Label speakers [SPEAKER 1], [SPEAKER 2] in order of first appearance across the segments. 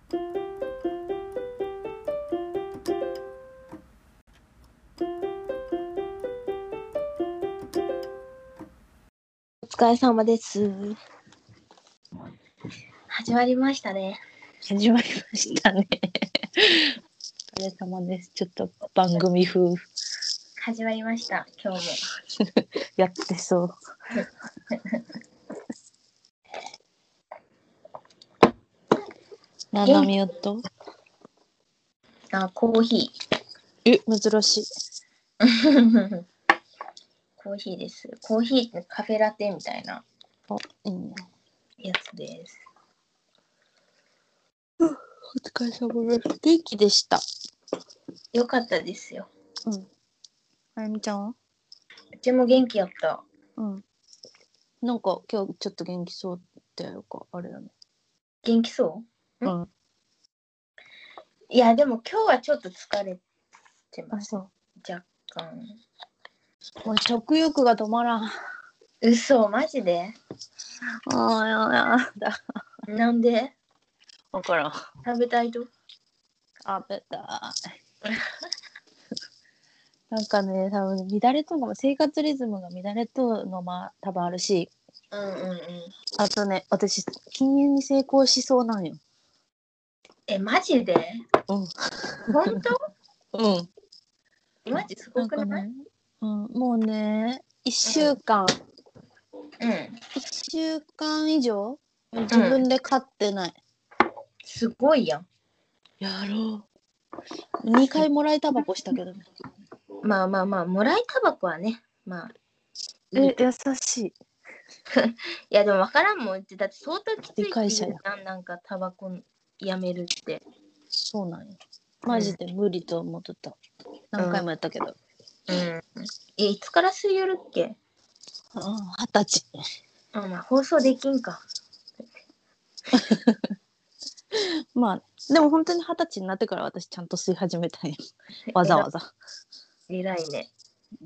[SPEAKER 1] お疲れ様です。始まりましたね。
[SPEAKER 2] 始まりましたね。お疲れ様です。ちょっと番組風
[SPEAKER 1] 始まりました。今日も
[SPEAKER 2] やってそう。何飲みよっと？
[SPEAKER 1] コーヒー。
[SPEAKER 2] 珍しい。
[SPEAKER 1] コーヒーです。コーヒーってカフェラテみたいなやつです。
[SPEAKER 2] お疲れ様です。元気でした。
[SPEAKER 1] よかったですよ。
[SPEAKER 2] あやみちゃんは？
[SPEAKER 1] うちも元気やった。
[SPEAKER 2] なんか今日ちょっと元気そうっていうかあれだね。
[SPEAKER 1] 元気そう？いやでも今日はちょっと疲れてます。若干。
[SPEAKER 2] もう食欲が止まらん。
[SPEAKER 1] 嘘、マジで？
[SPEAKER 2] やだ。
[SPEAKER 1] なんで？
[SPEAKER 2] わからん。
[SPEAKER 1] 食べたいと？
[SPEAKER 2] 食べたい。なんかね、多分乱れとんかも、生活リズムが乱れとんの多分あるし、あとね、私禁煙に成功しそうなんよ。
[SPEAKER 1] マジで？本当？マジすごくない？
[SPEAKER 2] もうね、1週間以上自分で買ってない。
[SPEAKER 1] すごいやん。
[SPEAKER 2] やろう。2回もらいタバコしたけどね。
[SPEAKER 1] まあもらいタバコはね、まあ
[SPEAKER 2] 優しい。
[SPEAKER 1] いやでも分からんもん。だって相当きつい
[SPEAKER 2] 理解者や。
[SPEAKER 1] なんかタバコやめるって。
[SPEAKER 2] そうなんや。マジで無理と思ってた。何回もやったけど。
[SPEAKER 1] いつから吸いよるっけ
[SPEAKER 2] ？20歳。
[SPEAKER 1] まあ放送できんか。
[SPEAKER 2] まあでも本当に20歳になってから私ちゃんと吸い始めたんや。わざわざ。
[SPEAKER 1] 偉いね。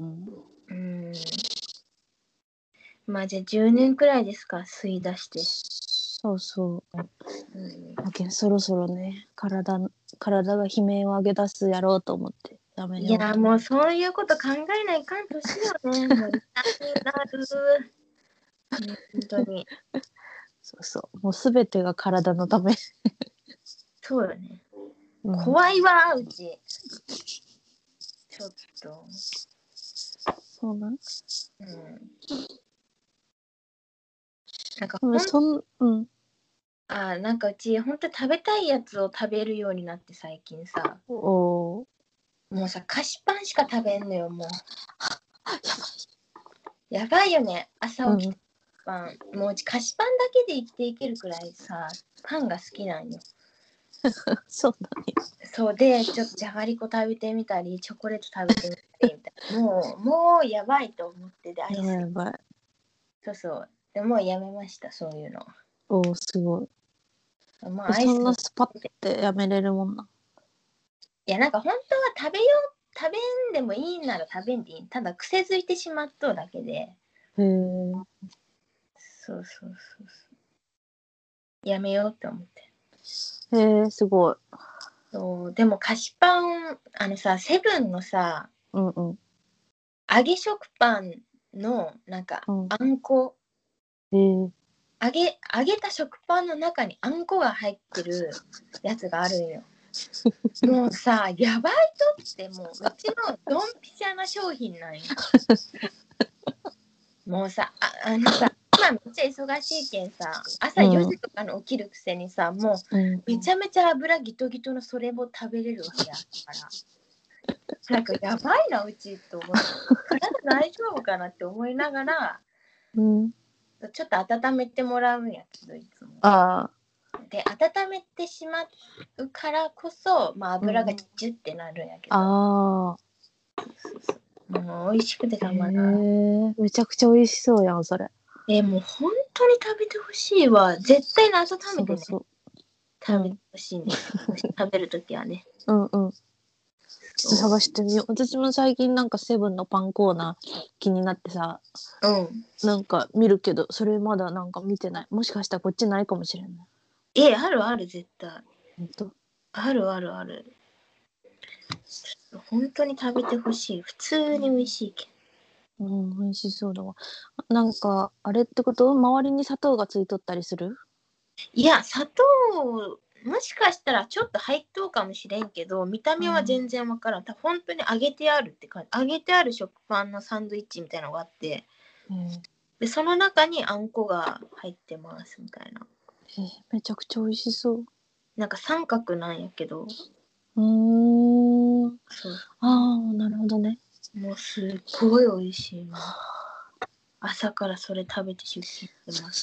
[SPEAKER 1] まあじゃあ10年くらいですか、吸い出して。
[SPEAKER 2] そうそう。そろそろね、体が悲鳴を上げ出すやろうと思ってやめようと。
[SPEAKER 1] いやもうそういうこと考えないかんとしよね。もう痛くなる。本当に。
[SPEAKER 2] そうそう。もうすべてが体のため。
[SPEAKER 1] そうよね。怖いわうち。ちょっと。
[SPEAKER 2] そうなん？
[SPEAKER 1] なんかなんかうち本当食べたいやつを食べるようになって最近さ。もうさ、菓子パンしか食べんのよ、もう。やばいよね。朝起きてパン。もううち菓子パンだけで生きていけるくらいさ、パンが好きなんよ。
[SPEAKER 2] そうなんや。
[SPEAKER 1] そうで、ちょっとじゃがりこ食べてみたり、チョコレート食べてみたりみたいな。もうやばいと思ってで、アイス。
[SPEAKER 2] やばい。
[SPEAKER 1] そうそう。でもうやめました、そういうの。
[SPEAKER 2] すごい。
[SPEAKER 1] まあ、アイス
[SPEAKER 2] そんなスパッてやめれるもんな。
[SPEAKER 1] いや、なんか本当は食べんでもいいなら食べんでいい。ただ癖づいてしまっとうだけで。そう。やめようって思って。
[SPEAKER 2] すごい。
[SPEAKER 1] そうでも菓子パン、セブンのさ、揚げ食パンのなんか、あんこ、揚げた食パンの中にあんこが入ってるやつがあるんよ。もうさ、やばいとって、もううちのドンピシャな商品なんよ。もうさ、今めっちゃ忙しいけんさ、朝4時とかに起きるくせにさ、もうめちゃめちゃ油ギトギトのそれも食べれるわけやから。なんかやばいなうちと思って、体大丈夫かなって思いながら、ちょっと温めてもらうんやけど、いつも。で、温めてしまうからこそ、まあ油がジュッてなるんやけど。もう美味しくてたまらん。
[SPEAKER 2] めちゃくちゃ美味しそうやん、それ。
[SPEAKER 1] もう本当に食べてほしいわ。絶対に温めてね。食べてほしいんです。食べるときはね。
[SPEAKER 2] ちょっと探してみよう。私も最近なんかセブンのパンコーナー気になってさ、なんか見るけど、それまだなんか見てない。もしかしたらこっちないかもしれない。
[SPEAKER 1] ある絶対。
[SPEAKER 2] ほんと？
[SPEAKER 1] あるあるある。本当に食べてほしい。普通に美味しいけ
[SPEAKER 2] うん、美味しそうだわ。なんか、あれってこと？周りに砂糖がついとったりする？
[SPEAKER 1] いや、砂糖、もしかしたらちょっと入っとうかもしれんけど、見た目は全然わからん。本当に揚げてあるって感じ。揚げてある食パンのサンドイッチみたいなのがあって、で、その中にあんこが入ってますみたいな。
[SPEAKER 2] めちゃくちゃ美味しそう。
[SPEAKER 1] なんか三角なんやけど。
[SPEAKER 2] そう。ああ、なるほどね。
[SPEAKER 1] もうすっごい美味しいの。朝からそれ食べて出勤してます。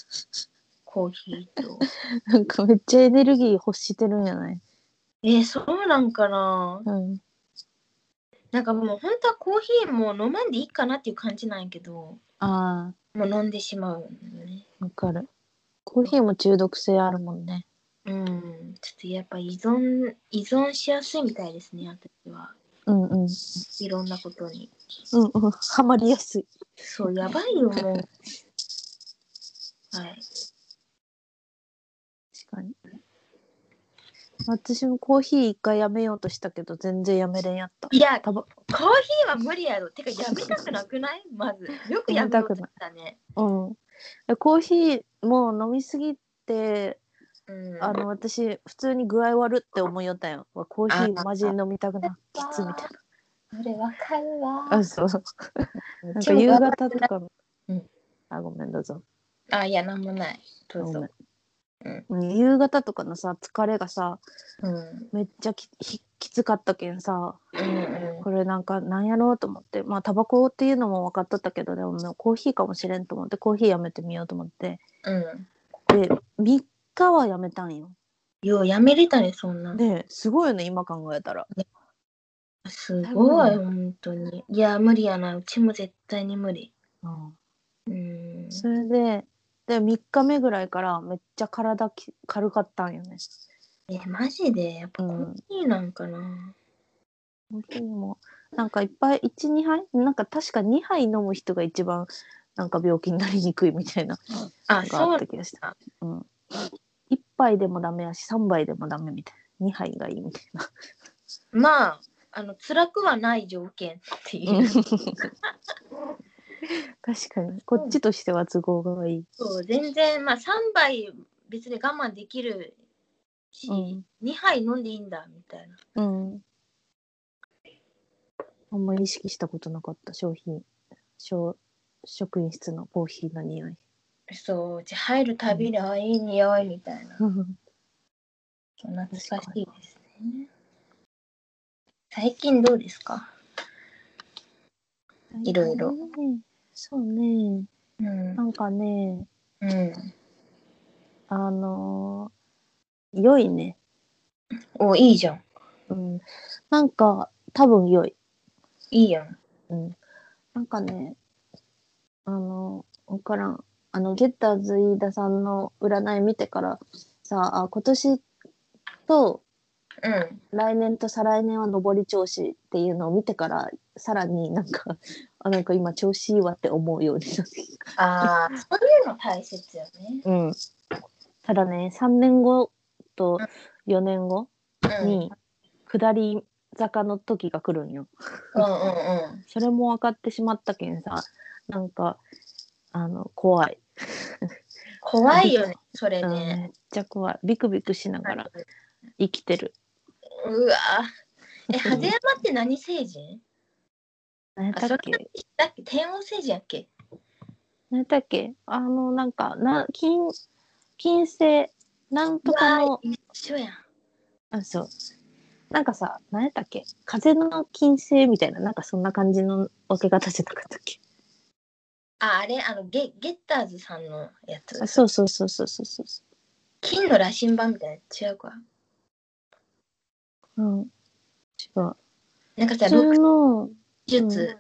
[SPEAKER 1] コーヒーと。
[SPEAKER 2] なんかめっちゃエネルギー欲してるんやない？
[SPEAKER 1] そうなんかな。なんかもう本当はコーヒーも飲まんでいいかなっていう感じなんやけど、もう飲んでしまうのね。
[SPEAKER 2] わかる。コーヒーも中毒性あるもんね。
[SPEAKER 1] ちょっとやっぱ依存しやすいみたいですね、私は。いろんなことに。
[SPEAKER 2] ハマりやすい。
[SPEAKER 1] そう、やばいよ、もう。はい。
[SPEAKER 2] 確かに。私もコーヒー一回やめようとしたけど、全然やめれんやった。
[SPEAKER 1] いや、コーヒーは無理やろ。てか、やめたくなくないまず。よくやめようとしたね。
[SPEAKER 2] コーヒーもう飲みすぎて、私、普通に具合悪って思いよったよ。コーヒーマジ飲みたくな、きつみたいな。
[SPEAKER 1] それわかるわ。
[SPEAKER 2] そう。なんか夕方とか、ごめん、どうぞ。
[SPEAKER 1] いや、なんもない。どうぞ。
[SPEAKER 2] 夕方とかのさ、疲れがさ、めっちゃきつかったけんさ、これなんかなんやろうと思って、まあタバコっていうのも分かっとったけど、でもコーヒーかもしれんと思って、コーヒーやめてみようと思って、で3日はやめたんよ。
[SPEAKER 1] ようやめれたね、そんな。
[SPEAKER 2] すごいよね、今考えたら。
[SPEAKER 1] すごい、本当に。いや、無理やな。うちも絶対に無理。
[SPEAKER 2] それで3日目ぐらいからめっちゃ体軽かったんよね。
[SPEAKER 1] マジでやっぱコーヒーなんかな。
[SPEAKER 2] コーヒーもなんかいっぱい1、2杯なんか確か2杯飲む人が一番なんか病気になりにくいみたいなのがあった気がした。1杯でもダメやし3杯でもダメみたいな。2杯がいいみたいな。
[SPEAKER 1] まあ、辛くはない条件っていう。
[SPEAKER 2] 確かにこっちとしては都合がいい。
[SPEAKER 1] そう、全然まあ3杯別に我慢できるし、2杯飲んでいいんだみたいな。
[SPEAKER 2] あんまり意識したことなかった。職員室のコーヒーの匂い。
[SPEAKER 1] そう、入るたびに、いい匂いみたいな。懐かしいですね。最近どうですか？いろいろ。
[SPEAKER 2] そうね。なんかね、良いね。
[SPEAKER 1] いいじゃん。
[SPEAKER 2] なんか、多分良い。
[SPEAKER 1] いいやん。
[SPEAKER 2] なんかね、わからん。ゲッターズ飯田さんの占い見てからさ、今年と、来年と再来年は上り調子っていうのを見てから、さらになんか、なんか今調子いいわって思うようになって。
[SPEAKER 1] そういうの大切よね。
[SPEAKER 2] ただね、3年後と4年後に、下り坂の時が来るんよ。それも分かってしまったけんさ、なんか、怖い。
[SPEAKER 1] 怖いよね、それね。
[SPEAKER 2] めっちゃ怖い。ビクビクしながら生きてる。
[SPEAKER 1] うわ派手山って何星人？
[SPEAKER 2] 何だっけ？
[SPEAKER 1] 天王星人やっけ？
[SPEAKER 2] 何だっけ？なんか、金星、なんとかの。
[SPEAKER 1] 一緒やん。
[SPEAKER 2] そう。なんかさ、何やったっけ？風の金星みたいな、なんかそんな感じの分け方じゃなかったっけ？
[SPEAKER 1] あれ、ゲッターズさんのやつ。
[SPEAKER 2] そう。
[SPEAKER 1] 金の羅針盤みたいな、違うか。
[SPEAKER 2] 違う。
[SPEAKER 1] なんかさ、6術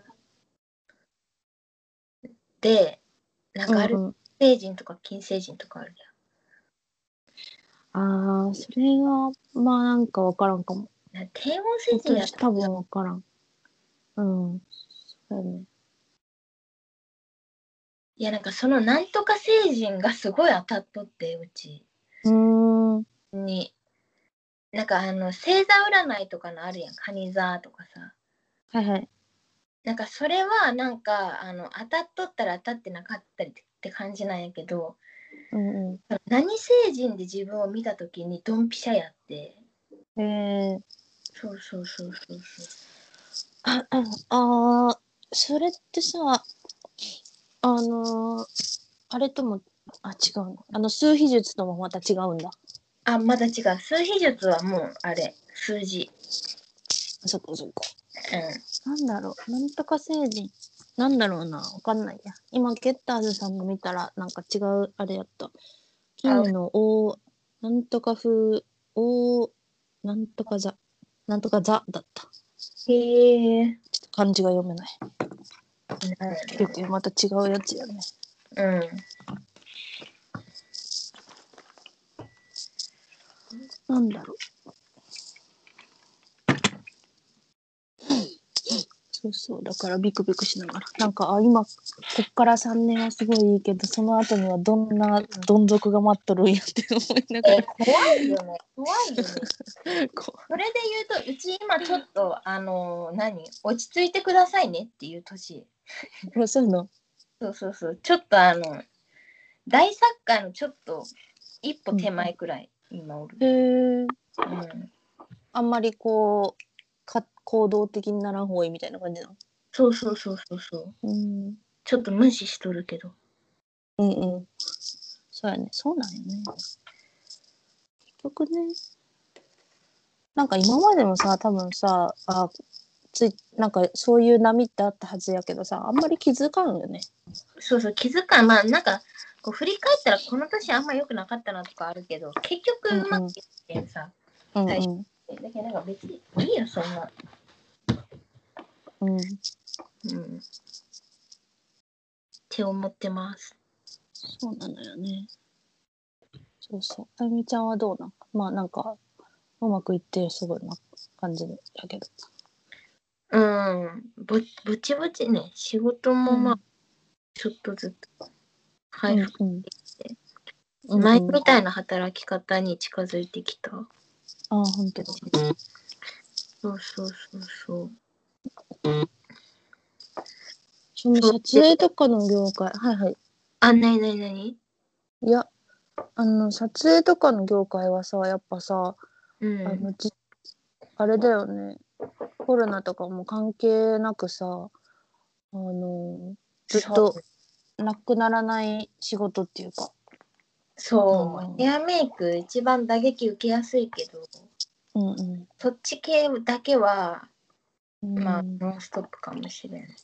[SPEAKER 1] で、なんかある星人とか金星人とかある
[SPEAKER 2] やん。それが、まあなんか分からんかも。
[SPEAKER 1] 天王星人やった
[SPEAKER 2] 多分分からん。そうだね。
[SPEAKER 1] いや、なんかそのなんとか星人がすごい当たっとって、うちに。 なんか星座占いとかのあるやん、蟹座とかさ。
[SPEAKER 2] はいはい。
[SPEAKER 1] なんかそれはなんか当たっとったら当たってなかったりって感じなんやけど、
[SPEAKER 2] うんう
[SPEAKER 1] 何星人で自分を見たときにドンピシャやって。
[SPEAKER 2] ん。
[SPEAKER 1] そうそうそうそうそう。
[SPEAKER 2] それってさ、あれとも、違うの。数比術ともまた違うんだ。
[SPEAKER 1] まだ違う。数比術はもうあれ、数字。
[SPEAKER 2] そっかそっか。
[SPEAKER 1] うん。
[SPEAKER 2] なんだろう。なんとか星人。なんだろうな。わかんないや。今、ゲッターズさんの見たら、なんか違う、あれやった。金のなんとか風、なんとか座。なんとか座だった。
[SPEAKER 1] へえ。
[SPEAKER 2] ちょっと漢字が読めない。
[SPEAKER 1] なん
[SPEAKER 2] よくまた違うやつやね。
[SPEAKER 1] うん。
[SPEAKER 2] なんだろう。そうそう。だからビクビクしながら。なんか、今、こっから3年はすごいいいけど、その後にはどんなどん底が待っとるんやって思いながら。
[SPEAKER 1] 怖いよね。怖いよね。それで言うと、うち今ちょっと、落ち着いてくださいねっていう年。
[SPEAKER 2] そういうの。
[SPEAKER 1] そうそうそう。ちょっと大サッカーのちょっと一歩手前くらい、今おる。
[SPEAKER 2] へえ。
[SPEAKER 1] うん。
[SPEAKER 2] あんまり行動的にならん方がいいみたいな感じなの。
[SPEAKER 1] そうそうそうそうそう。
[SPEAKER 2] うん。
[SPEAKER 1] ちょっと無視しとるけど。
[SPEAKER 2] うんうん。そうやね。そうなんよね。結局ね。なんか今までもさ、多分さ、なんかそういう波ってあったはずやけどさ、あんまり気づかんよね。
[SPEAKER 1] そうそう、気づかん。まあ、なんか、こう振り返ったらこの年あんま良くなかったなとかあるけど、結局うまくいってんさ、最初。だけどなんか別にいいよ、そんな。
[SPEAKER 2] うん。
[SPEAKER 1] って思ってます。
[SPEAKER 2] そうなのよね。そうそう。あゆみちゃんはどうなんか。まあなんか、うまくいってすごいな感じやけど。
[SPEAKER 1] ぼちぼちね、仕事もまあ、ちょっとずつ回復してきて、前みたいな働き方に近づいてきた。
[SPEAKER 2] ほんとだ。
[SPEAKER 1] そうそうそうそう。
[SPEAKER 2] その撮影とかの業界、はいはい。
[SPEAKER 1] なに
[SPEAKER 2] いや、撮影とかの業界はさ、やっぱさ、あれだよね。コロナとかも関係なくさ、ずっとなくならない仕事っていうか。
[SPEAKER 1] そう。ヘアメイク一番打撃受けやすいけど、そっち系だけは、まあ、ノンストップかもしれん。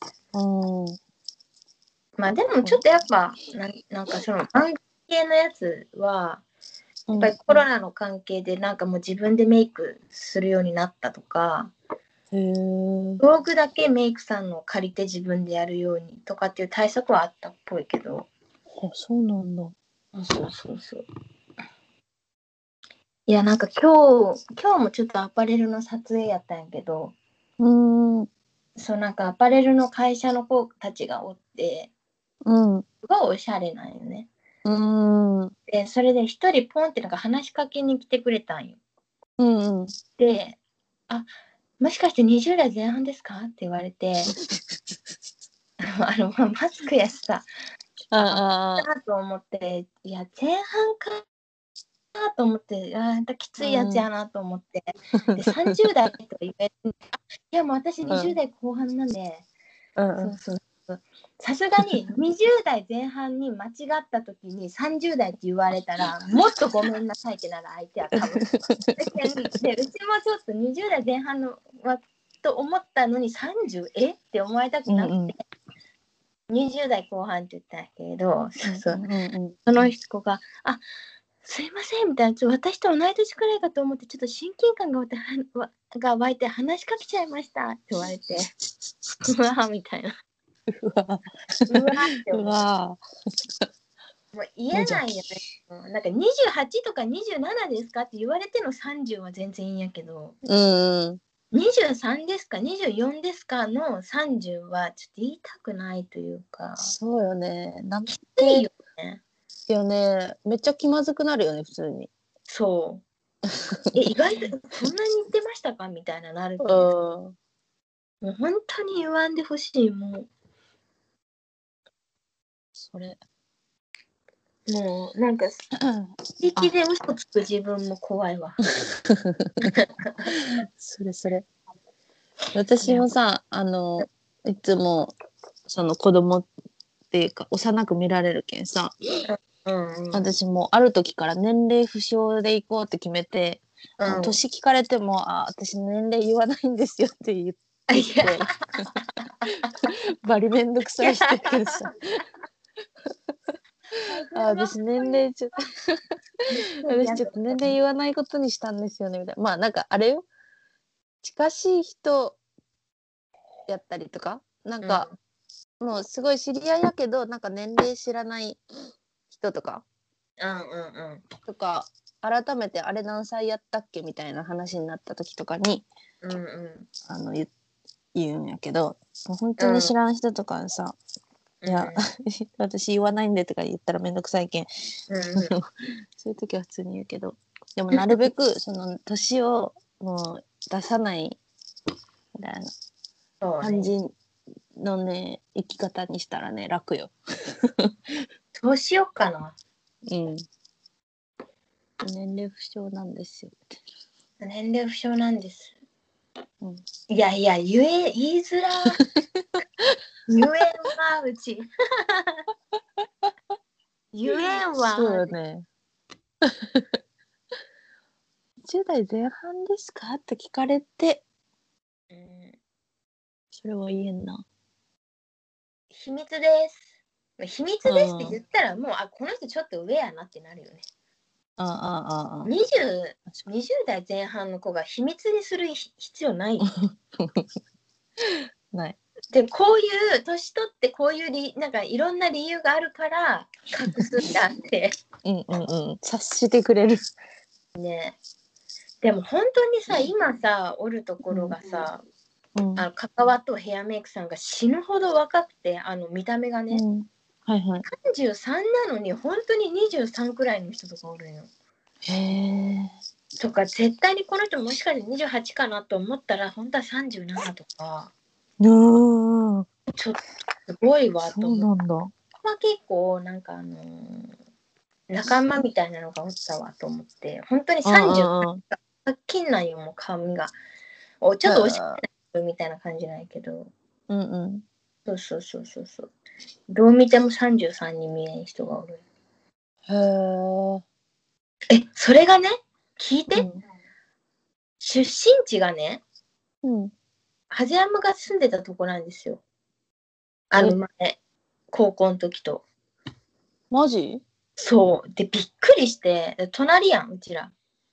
[SPEAKER 1] まあでもちょっとやっぱ、なんかその、関係のやつは、やっぱりコロナの関係でなんかもう自分でメイクするようになったとか、道具だけメイクさんの借りて自分でやるようにとかっていう対策はあったっぽいけど。
[SPEAKER 2] そうなんだ。
[SPEAKER 1] そうそうそう。いや、なんか今日もちょっとアパレルの撮影やったんやけど、そうなんかアパレルの会社の子たちがおって、すごいおしゃれなんよね。で、それで一人ポンってなんか話しかけに来てくれたんよ。で、もしかして20代前半ですかって言われて、マスクやしさ、だと思って、いや、前半かと思って、きついやつやなと思って、で、30代と言えて、いや、もう私20代後半なんで、そうそうそう。さすがに20代前半に間違った時に30代って言われたら、もっとごめんなさいってなら相手は多分。で、うちもちょっと20代前半のと思ったのに30って思われたくなくて、20代後半って言ったけど、その子が、すいませんみたいな、私と同い年くらいかと思って、ちょっと親近感が湧いて話しかけちゃいましたって言われて、うわみたいな。うわって思う。もう嫌なんやね。なんか28とか27ですかって言われての30は全然いいんやけど、23ですか24ですかの30はちょっと言いたくないというか。
[SPEAKER 2] そうよね。
[SPEAKER 1] きついよね。
[SPEAKER 2] いやね、めっちゃ気まずくなるよね、普通に。
[SPEAKER 1] そう。 意外とそんなに言ってましたかみたいななるけど、もう本当に言わんでほしい。もう
[SPEAKER 2] それ
[SPEAKER 1] もうなんか平気で嘘つく自分も怖いわ。
[SPEAKER 2] それ私もさいつもその子供っていうか幼く見られるけんさ、私もある時から年齢不詳で行こうって決めて、年聞かれても私年齢言わないんですよって言ってバリめんどくさい人けどさ私年齢ちょっと私ちょっと年齢言わないことにしたんですよねみたいな。まあなんかあれよ、近しい人やったりとかなんか、もうすごい知り合いやけどなんか年齢知らない人とか、とか改めてあれ何歳やったっけみたいな話になった時とかに、言うんやけど、もう本当に知らん人とかさ、いや私言わないんでとか言ったらめんどくさいけん、そういう時は普通に言うけど、でもなるべくその年をもう出さないみたいな感じのね生き方にしたらね楽よ。
[SPEAKER 1] そうしよっかな。
[SPEAKER 2] 年齢不詳なんですよ。
[SPEAKER 1] 年齢不詳なんです。いや言いづら言えんわうち言えんわ。
[SPEAKER 2] そうよね。10代前半ですかって聞かれて、それは言えんな。
[SPEAKER 1] 秘密です。秘密ですって言ったらもうこの人ちょっと上やなってなるよね。20代前半の子が秘密にする必要ない
[SPEAKER 2] ない。
[SPEAKER 1] でこういう年取ってこういうなんかいろんな理由があるから隠すんだって
[SPEAKER 2] 察してくれる
[SPEAKER 1] ね。でも本当にさ今さおるところがさ、関わっとヘアメイクさんが死ぬほど若くて見た目がね、33なのに本当に23くらいの人とかおるよ。とか絶対にこの人もしかして28かなと思ったら本当は37とかちょっとすごいわと思って。結構なんか仲間みたいなのがおったわと思って、本当に30は金なんよもう髪がちょっとおしゃれみたいな感じないけど、そうどう見ても33に見えん人がおる。それがね聞いて、出身地がね、ハゼヤマが住んでたとこなんですよ。前高校の時と。
[SPEAKER 2] マジ？
[SPEAKER 1] そうでびっくりして、隣やんうちら。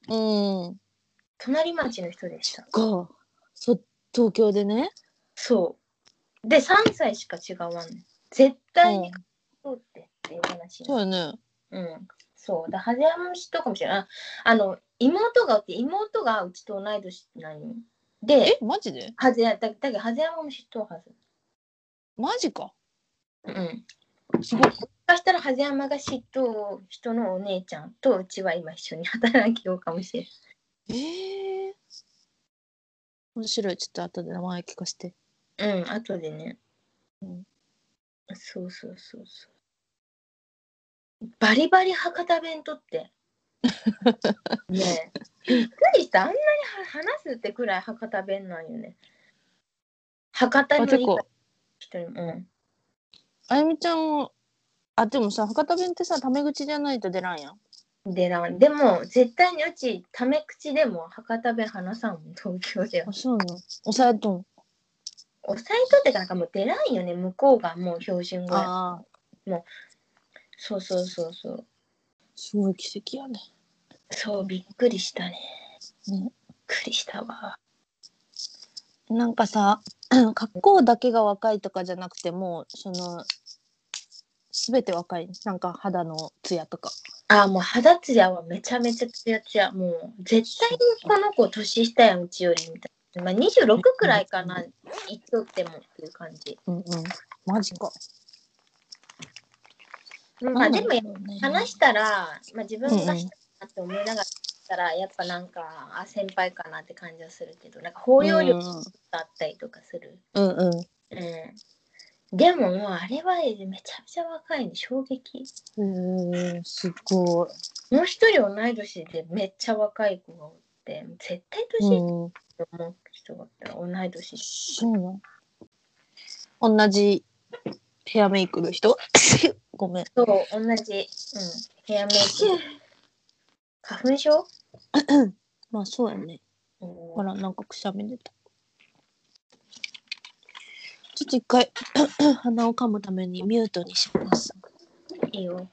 [SPEAKER 1] 隣町の人でした。
[SPEAKER 2] 東京でね。
[SPEAKER 1] そうで3歳しか違わんね。絶対にそうっていう話。
[SPEAKER 2] そうよね。
[SPEAKER 1] そうだハゼヤマも知っとうかもしれない。妹がうちと同い年なんよ。で
[SPEAKER 2] マジで？
[SPEAKER 1] だけどハゼヤマも知っとうはず。
[SPEAKER 2] マジか。
[SPEAKER 1] すごい。もしかしたらハゼヤマが知っとう人のお姉ちゃんとうちは今一緒に働きようかもしれない。
[SPEAKER 2] 面白い。ちょっと後で名前聞かせて。
[SPEAKER 1] 後でね。そう。バリバリ博多弁とってねえびっくりした。あんなに話すってくらい博多弁なんよね。博多の人にも。
[SPEAKER 2] あゆみちゃんでもさ博多弁ってさタメ口じゃないと出らんやん。
[SPEAKER 1] 出らん。でも絶対にうちタメ口でも博多弁話さんもん東京では。
[SPEAKER 2] そうなの。抑えとん。
[SPEAKER 1] 抑えとってかなんかもう出らんよね向こうがもう標準語や。もうそう。
[SPEAKER 2] すごい奇跡やね。
[SPEAKER 1] そうびっくりしたね。びっくりしたわ。
[SPEAKER 2] なんかさ格好だけが若いとかじゃなくてもその全て若い。なんか肌のツヤとか。
[SPEAKER 1] もう肌ツヤはめちゃめちゃツヤツヤ。もう絶対にこの子年下やんうちよりみたいな。26くらいかな言っとってもっていう感じ。
[SPEAKER 2] マジか。
[SPEAKER 1] でも話したら、自分がしたいなって思いながらたらやっぱなんか先輩かなって感じはするけど、なんか包容力だったりとかする。
[SPEAKER 2] うんうん。
[SPEAKER 1] でももうあれはめちゃめちゃ若いの、衝撃。
[SPEAKER 2] すごい。
[SPEAKER 1] もう一人同い年でめっちゃ若い子がおって、絶対年って思う人がったら同い年。
[SPEAKER 2] そうなの。同じヘアメイクの人ごめん。
[SPEAKER 1] そう、同じ、ヘアメイク。花粉症
[SPEAKER 2] まあそうやね。ほら、なんかくしゃみ出た。ちょっと一回鼻をかむためにミュートにします。
[SPEAKER 1] いいよ。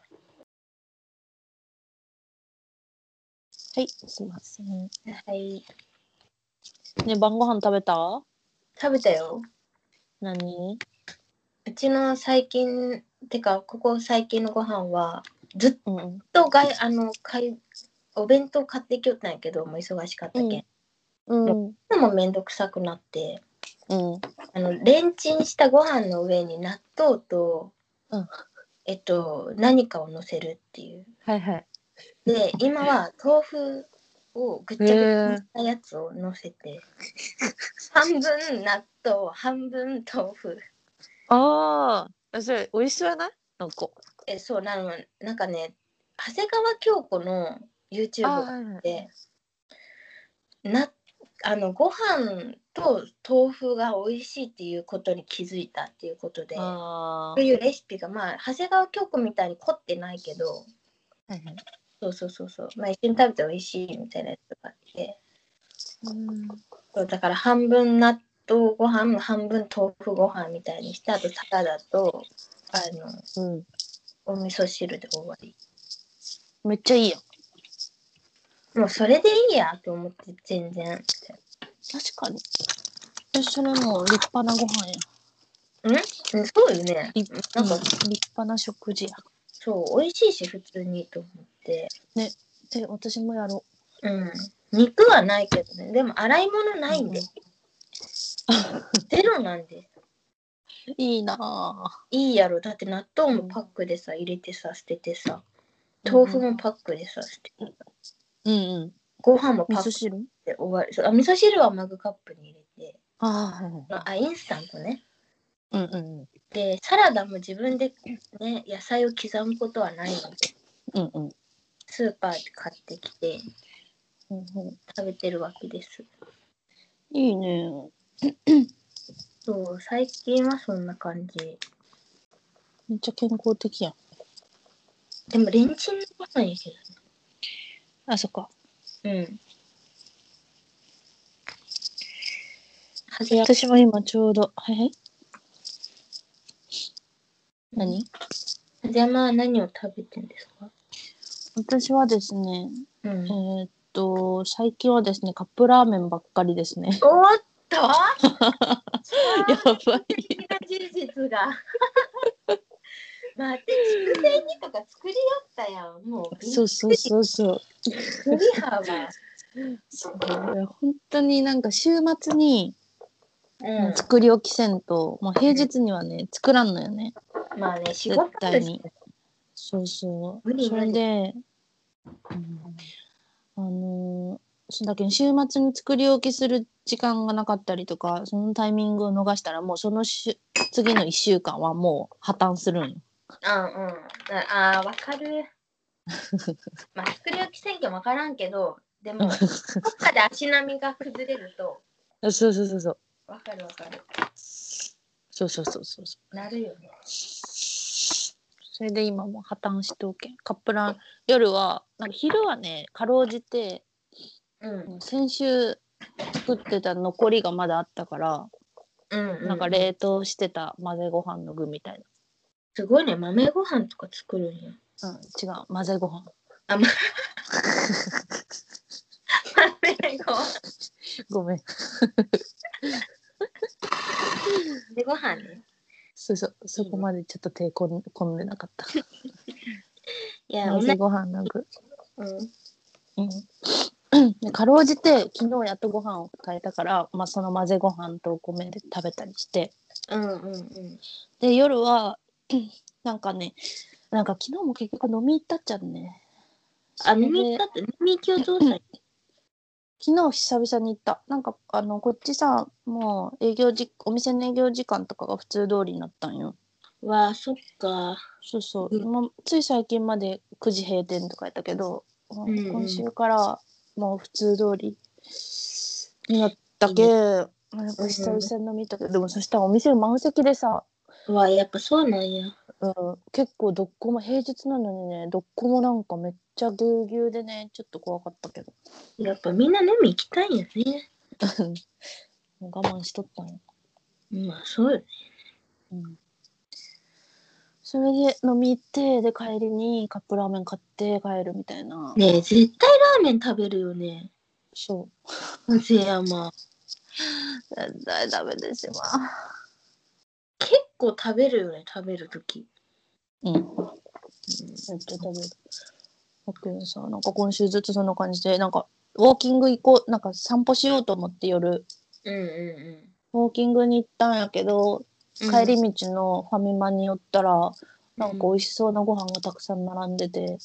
[SPEAKER 2] はい、すいません。
[SPEAKER 1] はい。
[SPEAKER 2] ね、晩ご飯食べた？
[SPEAKER 1] 食べたよ。
[SPEAKER 2] 何？
[SPEAKER 1] うちの最近、てか、ここ最近のご飯は、ずっとお弁当買ってきよったんやけど、もう忙しかったけん。もうめんどくさくなって、レンチンしたご飯の上に納豆と、何かを乗せるっていう。
[SPEAKER 2] はいはい。
[SPEAKER 1] で、今は豆腐をぐっちゃぐちゃにしたやつを乗せて、半分納豆、半分豆腐。
[SPEAKER 2] ああ、それ美味しそうやない？なんか。
[SPEAKER 1] そうなんかね、長谷川京子の YouTube があって、ご飯と豆腐が美味しいっていうことに気づいたっていうことで、そういうレシピがまあ長谷川京子みたいに凝ってないけど、そう、まあ、一緒に食べて美味しいみたいなやつがあって、そうだから半分納豆ご飯、半分豆腐ご飯みたいにして、あとサラダとお味噌汁で終わり。
[SPEAKER 2] めっちゃいいやん。
[SPEAKER 1] もうそれでいいやと思って、全然。
[SPEAKER 2] 確かに。それも立派なご飯や。
[SPEAKER 1] そうよね。
[SPEAKER 2] なんか立派な食事や。
[SPEAKER 1] そう、美味しいし、普通にと思って。
[SPEAKER 2] ね、私もやろ
[SPEAKER 1] う。肉はないけどね。でも洗い物ないんで。ゼロなんで。
[SPEAKER 2] いいなぁ。
[SPEAKER 1] いいやろ。だって納豆もパックでさ、入れてさ、捨ててさ。豆腐もパックでさ、捨てて。ご飯もパックで終わり。味噌汁はマグカップに入れて。インスタントね。で、サラダも自分でね、野菜を刻むことはないので。スーパーで買ってきて、食べてるわけです。
[SPEAKER 2] いいね。
[SPEAKER 1] そう、最近はそんな感じ。
[SPEAKER 2] めっちゃ健康的やん。
[SPEAKER 1] でもレンチンのご飯やけどね。
[SPEAKER 2] あ、そっか。私も今ちょうど、何？
[SPEAKER 1] じゃあまあ何を食べてんですか？
[SPEAKER 2] 私はですね、最近はですね、カップラーメンばっかりですね。
[SPEAKER 1] おっとや
[SPEAKER 2] ばい。
[SPEAKER 1] な事実が。待って、筑前煮とか作りよったやん。もう。
[SPEAKER 2] そう。
[SPEAKER 1] 栗幅。
[SPEAKER 2] そう。本当になんか週末に、作り置きせんと、もう平日にはね、作らんのよね。
[SPEAKER 1] まあね、仕事
[SPEAKER 2] 絶対に。そう。それで、だけど週末に作り置きする時間がなかったりとか、そのタイミングを逃したら、もうその次の1週間はもう破綻するんよ。
[SPEAKER 1] わかる。まあ、作り置きせんけんわからんけど、でも、どっかで足並みが崩れると。
[SPEAKER 2] そう。
[SPEAKER 1] わかる。
[SPEAKER 2] そう。
[SPEAKER 1] なるよね。
[SPEAKER 2] それで今も破綻しておけん。カップラー、夜は、なんか昼はね、かろうじて、先週作ってた残りがまだあったから、なんか冷凍してた混ぜご飯の具みたいな。
[SPEAKER 1] すごいね、豆ご飯とか作るんや。
[SPEAKER 2] 違う、混ぜご飯。
[SPEAKER 1] 豆ご飯。
[SPEAKER 2] ごめん。
[SPEAKER 1] 混ぜご飯ね。
[SPEAKER 2] そこまでちょっと手込んでなかった。混ぜご飯の具。かろうじて昨日やっとご飯を炊いたから、まあ、その混ぜご飯とお米で食べたりして、で夜はなんかね、なんか昨日も結局飲み行ったっちゃうね。
[SPEAKER 1] 飲み行ったって、飲み行きをどうしたん？
[SPEAKER 2] 昨日久々に行った。なんかこっちさ、もうお店の営業時間とかが普通通りになったんよ。
[SPEAKER 1] わあ、そっか。
[SPEAKER 2] そうそう。つい最近まで9時閉店とかやったけど、今週
[SPEAKER 1] う
[SPEAKER 2] からもう普通通りになったけ、やっぱ久々に飲みたけど、でもそしたらお店満席でさ、
[SPEAKER 1] わ、やっぱそうなんや。
[SPEAKER 2] 結構どっこも平日なのにね、どっこもなんかめっちゃぎゅうぎゅうでね、ちょっと怖かったけど。
[SPEAKER 1] やっぱみんな飲み行きたいんやね。
[SPEAKER 2] 我慢しとったんよ。
[SPEAKER 1] まあそうよね。
[SPEAKER 2] それで飲み行って、で帰りにカップラーメン買って帰るみたいな。
[SPEAKER 1] ねえ、絶対ラーメン食べるよね。
[SPEAKER 2] そう。
[SPEAKER 1] 松山。
[SPEAKER 2] 絶対ダメですよ。
[SPEAKER 1] 結構食べるよね、食べるとき。
[SPEAKER 2] めっちゃ食べる。だけどさ、なんか今週ずっとそんな感じで、なんかウォーキング行こう、なんか散歩しようと思って夜、ウォーキングに行ったんやけど、帰り道のファミマに寄ったら、なんか美味しそうなご飯がたくさん並んでて、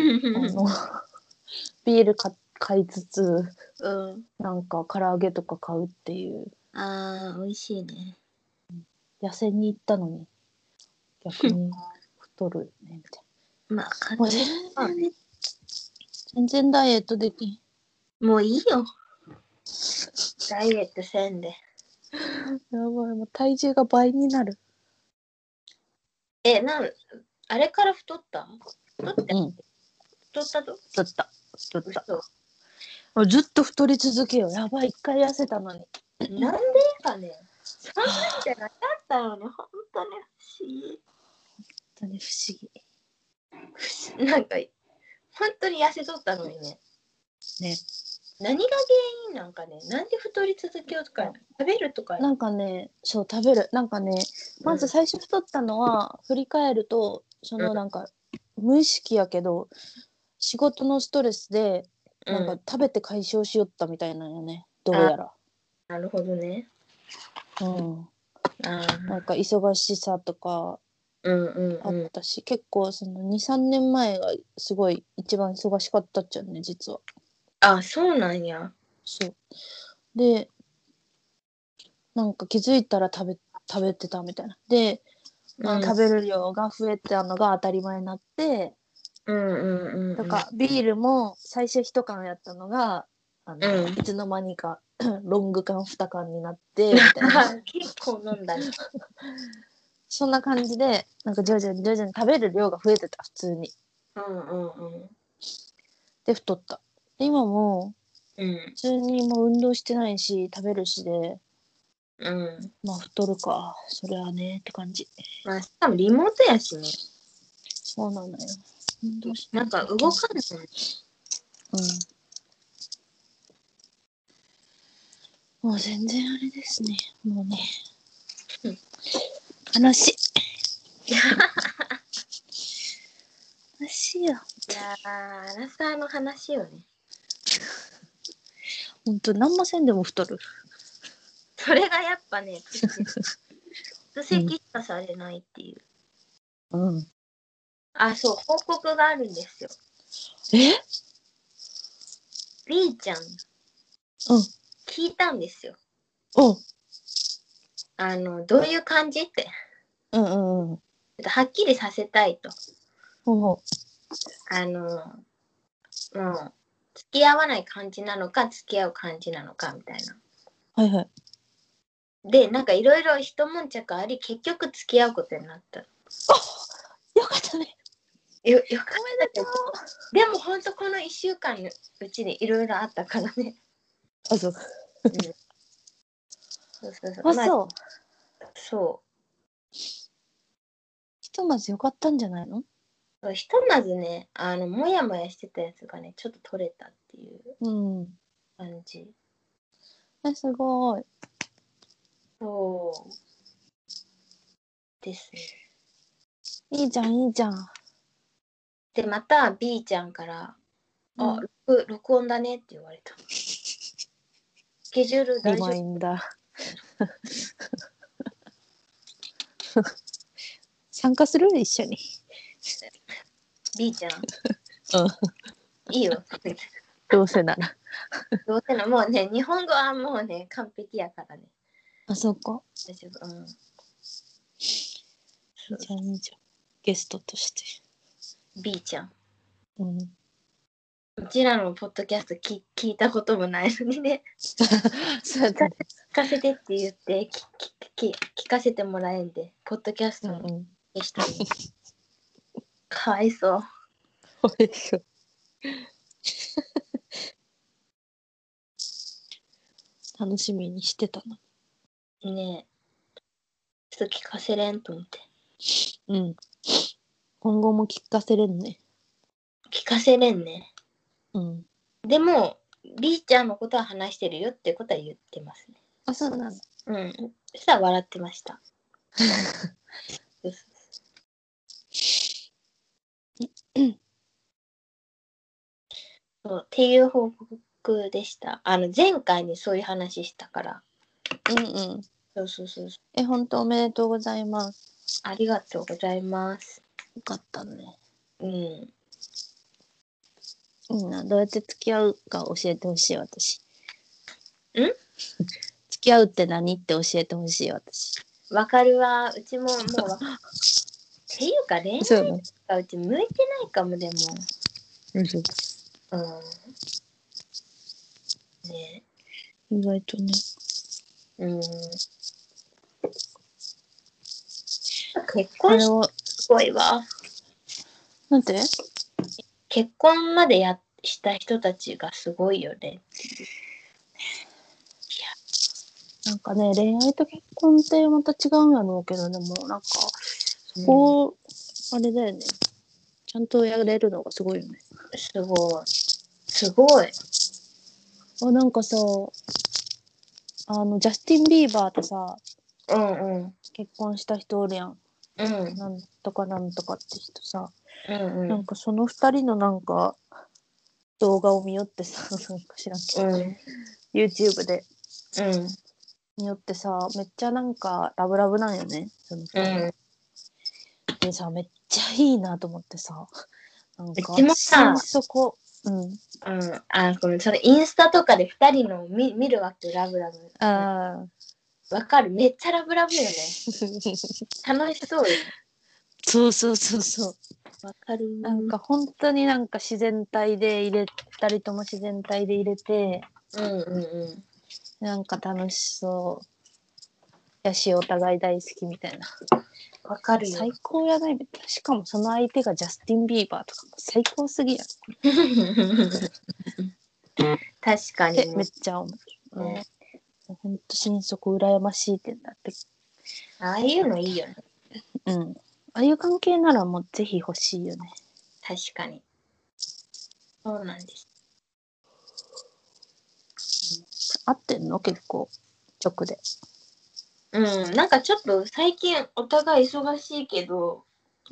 [SPEAKER 2] ビール買いつつ、なんか唐揚げとか買うっていう。
[SPEAKER 1] あー、美味しいね。
[SPEAKER 2] 痩せに行ったのに逆に太るねみたい
[SPEAKER 1] まあ、
[SPEAKER 2] な。全然ダイエットでき
[SPEAKER 1] ん。もういいよ。ダイエットせんで。
[SPEAKER 2] やばい、もう体重が倍になる。
[SPEAKER 1] あれから太った？太って、太ったと？
[SPEAKER 2] 太った。ずっと太り続けよ。やばい、一回痩せたのに。
[SPEAKER 1] なんでかね。そんなんじゃなかったのに、本当に不思議。
[SPEAKER 2] 本当に不思
[SPEAKER 1] 議。なんか、本当に痩せとったのにね。
[SPEAKER 2] ね。
[SPEAKER 1] 何が原因なんかね。なんで太り続けようとか、食べるとか。
[SPEAKER 2] なんかね、そう、食べる。なんかね、まず最初太ったのは、振り返ると、なんか、無意識やけど、仕事のストレスで、なんか食べて解消しよったみたいなんよね。どうやら。
[SPEAKER 1] なるほどね。
[SPEAKER 2] なんか忙しさとかあったし、結構その2、3年前がすごい一番忙しかったっちゃね、実は。
[SPEAKER 1] あ、そうなんや。
[SPEAKER 2] そう。で、なんか気づいたら食べてたみたいな。で、食べる量が増えたのが当たり前になって、とか、ビールも最初1缶やったのが、いつの間にかロング缶2缶になって、みたいな。
[SPEAKER 1] 結構飲んだね。
[SPEAKER 2] そんな感じで、なんか徐々に食べる量が増えてた、普通に。で、太った。で今も、普通にもう運動してないし、食べるしで、まあ太るか、それはねって感じ。
[SPEAKER 1] まあ、しかもリモートやしね。
[SPEAKER 2] そうなのよ。
[SPEAKER 1] なんか動かんのね。
[SPEAKER 2] もう全然あれですね。もうね。悲しい。悲しいよ。
[SPEAKER 1] いやー、アラサーの話よね。
[SPEAKER 2] ほんと、何もせんでも太る。
[SPEAKER 1] それがやっぱね、出席しかされないっていう。あ、そう、報告があるんですよ。B ちゃん。聞いたんですよ。どういう感じって。はっきりさせたいと。もう、付き合わない感じなのか、付き合う感じなのか、みたいな。で、なんかいろいろ一悶着あり、結局付き合うことになった。
[SPEAKER 2] よかったね。
[SPEAKER 1] よかったけど。でもほんとこの1週間のうちにいろいろあったからね。
[SPEAKER 2] あ、そう。そう。
[SPEAKER 1] そう。
[SPEAKER 2] ひとまずよかったんじゃないの？
[SPEAKER 1] ひとまずね、もやもやしてたやつがね、ちょっと取れたっていう感じ。
[SPEAKER 2] すごい。
[SPEAKER 1] そうですね。
[SPEAKER 2] いいじゃん、いいじゃん。
[SPEAKER 1] で、また B ちゃんから、録音だねって言われた。スケジュール大丈夫？
[SPEAKER 2] リマインダー。参加する？一緒に。
[SPEAKER 1] B ちゃん。 いいよ。
[SPEAKER 2] どうせなら。
[SPEAKER 1] どうせな、もうね、日本語はもうね、完璧やからね。
[SPEAKER 2] あ、そうか。
[SPEAKER 1] 大丈夫。うん。
[SPEAKER 2] いいじゃん、いいじゃん。ゲストとして。
[SPEAKER 1] B ちゃん。
[SPEAKER 2] うん。
[SPEAKER 1] うちらのポッドキャスト聞いたこともないのにね。
[SPEAKER 2] そうだね。
[SPEAKER 1] 聞かせてって言って聞かせてもらえんで、ポッドキャストの消したの。かわいそう。
[SPEAKER 2] かわいそう。楽しみにしてたな。
[SPEAKER 1] ねえ。ちょっと聞かせれんと思って。
[SPEAKER 2] うん。今後も聞かせれんね。
[SPEAKER 1] 聞かせれんね。
[SPEAKER 2] うん。
[SPEAKER 1] でも、B ちゃんのことは話してるよってことは言ってますね。
[SPEAKER 2] あ、そうなんだ。
[SPEAKER 1] うん。そしたら笑ってました。そうっていう報告でした。前回にそういう話したから。
[SPEAKER 2] うんうん。
[SPEAKER 1] そうそうそう。
[SPEAKER 2] 本当おめでとうございます。
[SPEAKER 1] ありがとうございます。
[SPEAKER 2] よかったね。
[SPEAKER 1] うん。い
[SPEAKER 2] いな。どうやって付き合うか教えてほしい、私。
[SPEAKER 1] 付
[SPEAKER 2] き合うって何って教えてほしい、私。
[SPEAKER 1] わかるわ。うちももうっていうか恋愛がうち向いてないかもでも。
[SPEAKER 2] うん。
[SPEAKER 1] ね。
[SPEAKER 2] 意外とね。
[SPEAKER 1] 結婚すごいわ。
[SPEAKER 2] なんて？
[SPEAKER 1] 結婚までした人たちがすごいよね。
[SPEAKER 2] なんかね、恋愛と結婚ってまた違うんやろうけど、でもなんか、そこ、あれだよね。ちゃんとやれるのがすごいよね。
[SPEAKER 1] すごい。すごい。
[SPEAKER 2] なんかさ、ジャスティン・ビーバーとさ、結婚した人おるやん。なんとかなんとかって人さ。なんかその二人のなんか、動画を見よってさ、なんか知らんけど、YouTube で。によってさ、めっちゃなんかラブラブなんよね、その二人。でさ、めっちゃいいなと思ってさ、なんか心底、
[SPEAKER 1] このそのインスタとかで2人の見るわけ、ラブラブ。わかる、めっちゃラブラブよね。楽しそうよ。
[SPEAKER 2] そうそうそうそう。
[SPEAKER 1] わかる。
[SPEAKER 2] なんか本当になんか自然体で2人とも自然体で入れて、なんか楽しそうやし、お互い大好きみたいな。
[SPEAKER 1] わかるよ。
[SPEAKER 2] 最高やないみたいな。しかもその相手がジャスティン・ビーバーとか最高すぎや
[SPEAKER 1] 確かに。
[SPEAKER 2] めっちゃ思う。ほんと心底羨ましいってなって。
[SPEAKER 1] ああいうのいいよね。
[SPEAKER 2] ああいう関係ならもうぜひ欲しいよね。
[SPEAKER 1] 確かに。そうなんです。
[SPEAKER 2] 合ってんの結構直で。
[SPEAKER 1] なんかちょっと最近お互い忙しいけど、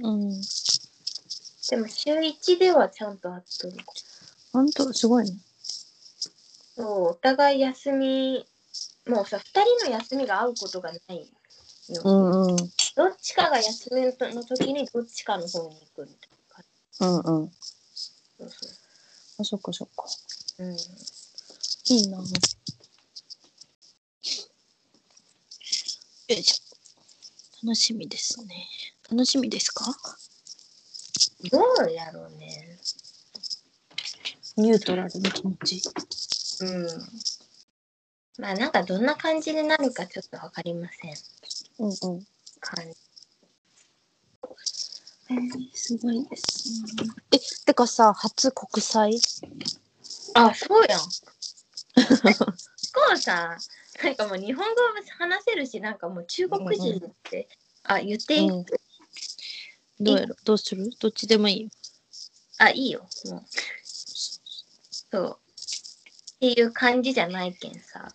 [SPEAKER 1] でも週1ではちゃんと会っとる。
[SPEAKER 2] ほんとすごいね。
[SPEAKER 1] そう、お互い休み、もうさ、2人の休みが合うことがないよ。どっちかが休みの時にどっちかの方に行くみたいな。
[SPEAKER 2] そうそう。あ、そっかそっか。いいな。よいしょ。楽しみですね。楽しみですか？
[SPEAKER 1] どうやろうね。
[SPEAKER 2] ニュートラルな気持ち。
[SPEAKER 1] まあなんかどんな感じになるかちょっとわかりません。
[SPEAKER 2] すごいですね。てかさ、初国際？
[SPEAKER 1] あ、そうやん。こうさ、なんかもう日本語話せるし、なんかもう中国人って、言っていい？
[SPEAKER 2] どうやろ？どうする？どっちでもいいよ。
[SPEAKER 1] いいよ。もう。そう。っていう感じじゃないけんさ。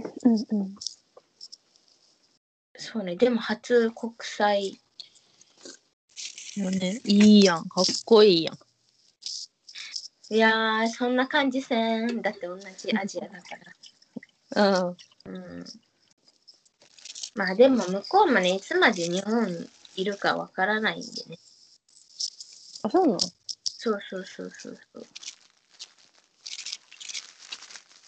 [SPEAKER 1] そうね、でも初国際。
[SPEAKER 2] ね、いいやん。かっこいいやん。
[SPEAKER 1] いやー、そんな感じせん。だって同じアジアだから。まあでも向こうもね、いつまで日本にいるかわからないんでね。
[SPEAKER 2] あ、そうなの？
[SPEAKER 1] そうそうそうそうそう。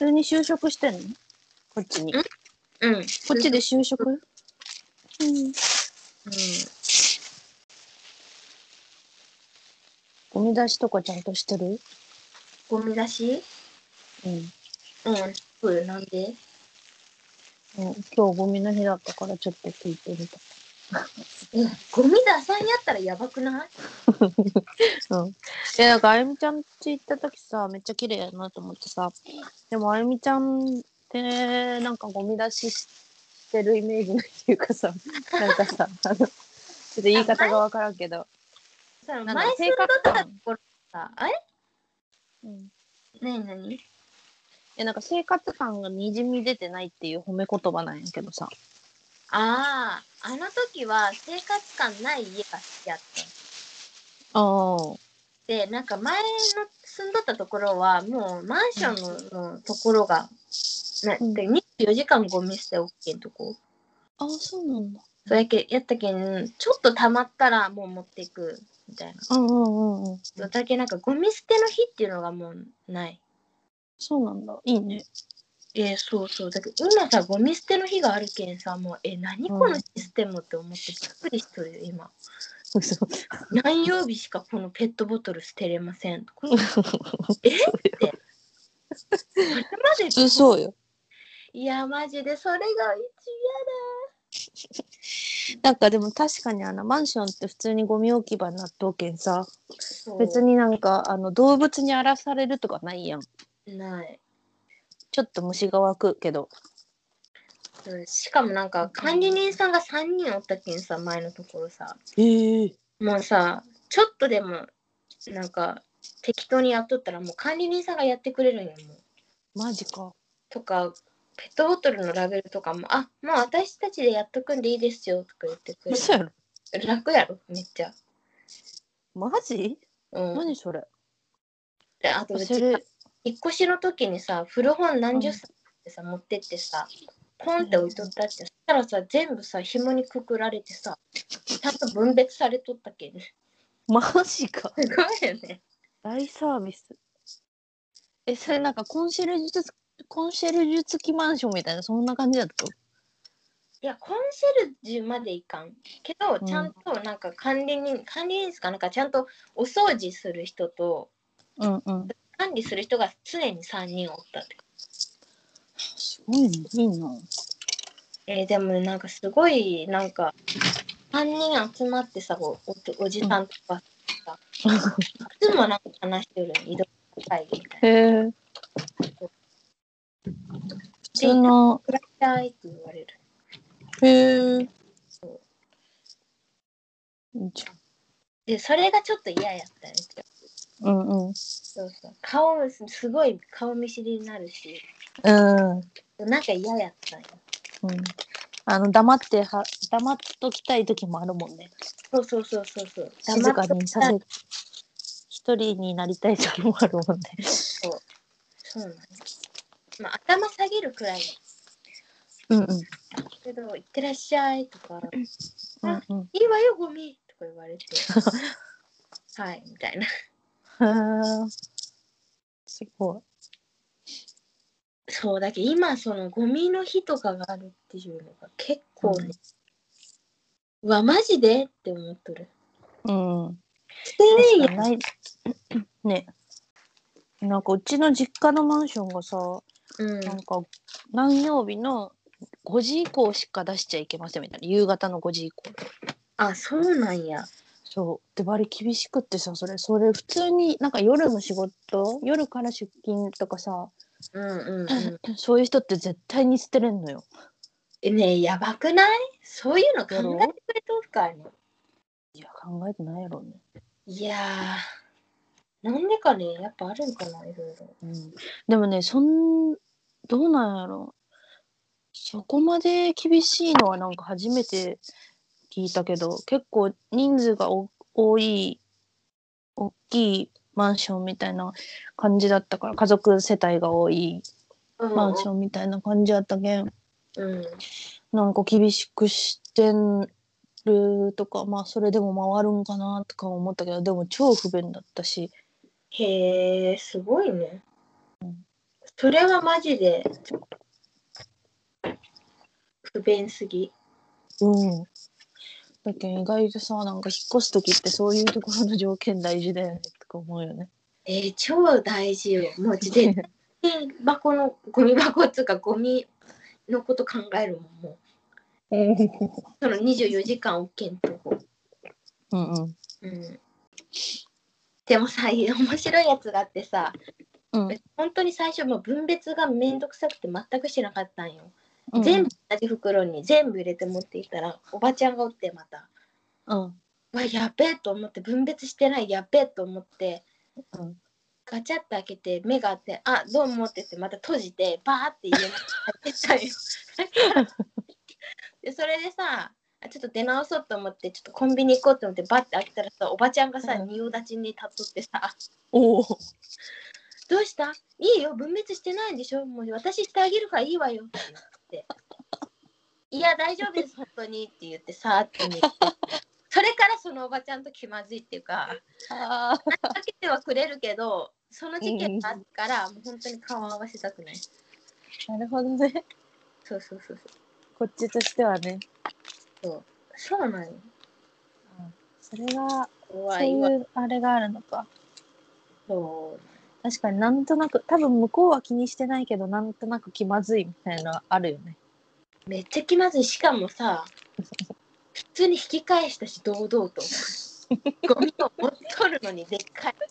[SPEAKER 2] 通に就職してんの？こっちに。
[SPEAKER 1] うん。
[SPEAKER 2] こっちで就職？うん。ゴミ出しとかちゃんとしてる？
[SPEAKER 1] ゴミ出し？うん。そう、なんで？
[SPEAKER 2] 今日ゴミの日だったからちょっと聞いてみた。
[SPEAKER 1] ゴミ出さんやったらやばくない？
[SPEAKER 2] うん。なんかあゆみちゃん家行った時さ、めっちゃ綺麗やなと思ってさ、でもあゆみちゃんってなんかゴミ出ししてるイメージないっていうかさ、なんかさ、ちょっと言い方がわからんけど、
[SPEAKER 1] 前住んどったところさ、あれ？
[SPEAKER 2] うん。
[SPEAKER 1] 何？
[SPEAKER 2] なんか生活感がにじみ出てないっていう褒め言葉なんやけどさ。
[SPEAKER 1] あの時は生活感ない家が好きやった。で、なんか前の住んどったところはもうマンションのところが、24時間ゴミ捨て OK んとこ。
[SPEAKER 2] そうなんだ。
[SPEAKER 1] それやったけん、ちょっと溜まったらもう持っていくみたいな。だけなんかゴミ捨ての日っていうのがもうない。
[SPEAKER 2] そうなんだ。いいね。
[SPEAKER 1] そうそう。だけど今さ、ゴミ捨ての日があるけんさ、もう、何このシステムって思ってびっくりしとるよ、今。何曜日しかこのペットボトル捨てれませんとか。って。それまで普
[SPEAKER 2] 通そうよ。
[SPEAKER 1] いや、マジでそれが
[SPEAKER 2] 一嫌だ。なんかでも確かにマンションって普通にゴミ置き場になっとうけんさ、別になんか動物に荒らされるとかないやん。
[SPEAKER 1] ない。
[SPEAKER 2] ちょっと虫が湧くけど。
[SPEAKER 1] しかもなんか管理人さんが3人おったけんさ、前のところさ。もうさ、ちょっとでもなんか適当にやっとったらもう管理人さんがやってくれるんよ、も
[SPEAKER 2] う。マジか。
[SPEAKER 1] とか、ペットボトルのラベルとかも、もう私たちでやっとくんでいいですよとか言ってくれる。
[SPEAKER 2] 嘘やろ？
[SPEAKER 1] 楽やろ、めっちゃ。
[SPEAKER 2] マジ？何それ？
[SPEAKER 1] で、あとうち引っ越しの時にさ、古本何十冊ってさ、持ってってさ、ポンって置いとったって、そしたらさ、全部さ、紐にくくられてさ、ちゃんと分別されとったけんね。
[SPEAKER 2] マジか。
[SPEAKER 1] すごいよね。
[SPEAKER 2] 大サービス。それなんかコンシェルジュ付きマンションみたいな、そんな感じだった？
[SPEAKER 1] いや、コンシェルジュまでいかんけど、ちゃんとなんか管理人ですかなんかちゃんとお掃除する人と、管理する人が常に3人おったって。
[SPEAKER 2] すごいね、いいな。
[SPEAKER 1] でもなんかすごいなんか3人集まってさ、おじさんとかさ、いつもなんか話してる移動会議みたいな。
[SPEAKER 2] へえ。普通の。
[SPEAKER 1] くらっしゃいって言われる。
[SPEAKER 2] へえ。
[SPEAKER 1] で、それがちょっと嫌やったよ。そうそう。すごい顔見知りになるし。なんか嫌やったんよ。
[SPEAKER 2] 黙っときたい時もあるもんね。
[SPEAKER 1] そう。
[SPEAKER 2] 静かにさせ、一人になりたい時もあるもんね。
[SPEAKER 1] そうなんです。頭下げるくらいけど、いってらっしゃいとか、いいわよ、ゴミとか言われて、はい、みたいな。
[SPEAKER 2] すごい。
[SPEAKER 1] そうだけど、今、そのゴミの日とかがあるっていうのが結構ね、マジでって思っとる。
[SPEAKER 2] 確かにない。ね。なんかうちの実家のマンションがさ、なんか何曜日の5時以降しか出しちゃいけませんみたいな。夕方の5時以降。
[SPEAKER 1] そうなんや。
[SPEAKER 2] そう。で、バリ厳しくってさ、それ普通になんか夜の仕事、夜から出勤とかさ、そういう人って絶対に捨てれんのよ。
[SPEAKER 1] ねえ、やばくない？そういうの考えてくれとるからね。
[SPEAKER 2] いや、考えてないやろうね。
[SPEAKER 1] いやー、なんでかね、やっぱあるんかな、いろいろ。
[SPEAKER 2] でもね、どうなんやろう。そこまで厳しいのはなんか初めて聞いたけど、結構人数が多い、大きいマンションみたいな感じだったから、家族世帯が多いマンションみたいな感じだったけん、なんか厳しくしてるとか、それでも回るんかなとか思ったけど、でも超不便だったし。
[SPEAKER 1] へえ、すごいね。 それはマジで不便すぎ。
[SPEAKER 2] だけど意外とさ、なんか引っ越すときってそういうところの条件大事だよねとか思うよね。
[SPEAKER 1] 超大事よ。もうでゴミ箱っていうかゴミのこと考えるもん。もうその24時間 OK んとこ。でもさ、面白いやつがあってさ、本当に最初もう分別がめんどくさくて全くしなかったんよ。全部同じ袋に全部入れて持っていったらおばちゃんがおってまた。やべえと思って分別してないやべえと思って、ガチャッと開けて目があってあどうもって言ってまた閉じてバーって家に入ってたよ。でそれでさちょっと出直そうと思ってちょっとコンビニ行こうと思ってバッて開けたらさおばちゃんがさ仁王立ちに立っとってさどうしたいいよ分別してないんでしょもう私してあげるからいいわよって言っていや大丈夫です本当にって言ってさって見てそれからそのおばちゃんと気まずいっていうかかけてはくれるけどその事件があったから、もう本当に顔を合わせたくない。
[SPEAKER 2] なるほどね。
[SPEAKER 1] そう
[SPEAKER 2] こっちとしてはね。
[SPEAKER 1] そうなんよ。
[SPEAKER 2] それがそういうあれがあるのか。確かになんとなく多分向こうは気にしてないけどなんとなく気まずいみたいなのあるよね。
[SPEAKER 1] めっちゃ気まずい。しかもさ普通に引き返したし堂々とゴミを持っとるのにでっかい。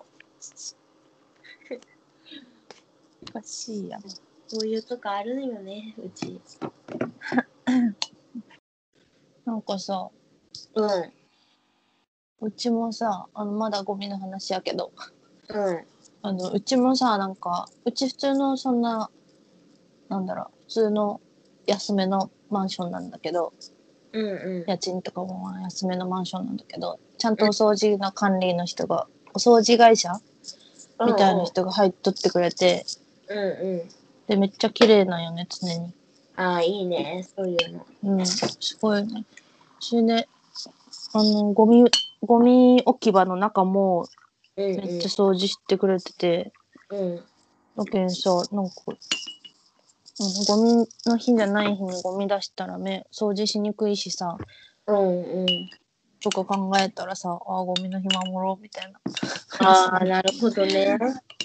[SPEAKER 2] おかしいやん。
[SPEAKER 1] そういうとこあるよねうち。
[SPEAKER 2] なんかさ、うちもさまだゴミの話やけど、うちもさなんかうち普通のそんななんだろう普通の安めのマンションなんだけど、家賃とかも安めのマンションなんだけどちゃんとお掃除の管理の人が、お掃除会社みたいな人が入っとってくれて、でめっちゃ綺麗なんよね常に。
[SPEAKER 1] いいねそういう
[SPEAKER 2] の。すごいね。それでゴミ置き場の中もめっちゃ掃除してくれてて、だけんさなんかゴミの日じゃない日にゴミ出したら掃除しにくいしさ、とか考えたらさゴミの日守ろうみたいな。
[SPEAKER 1] なるほどね。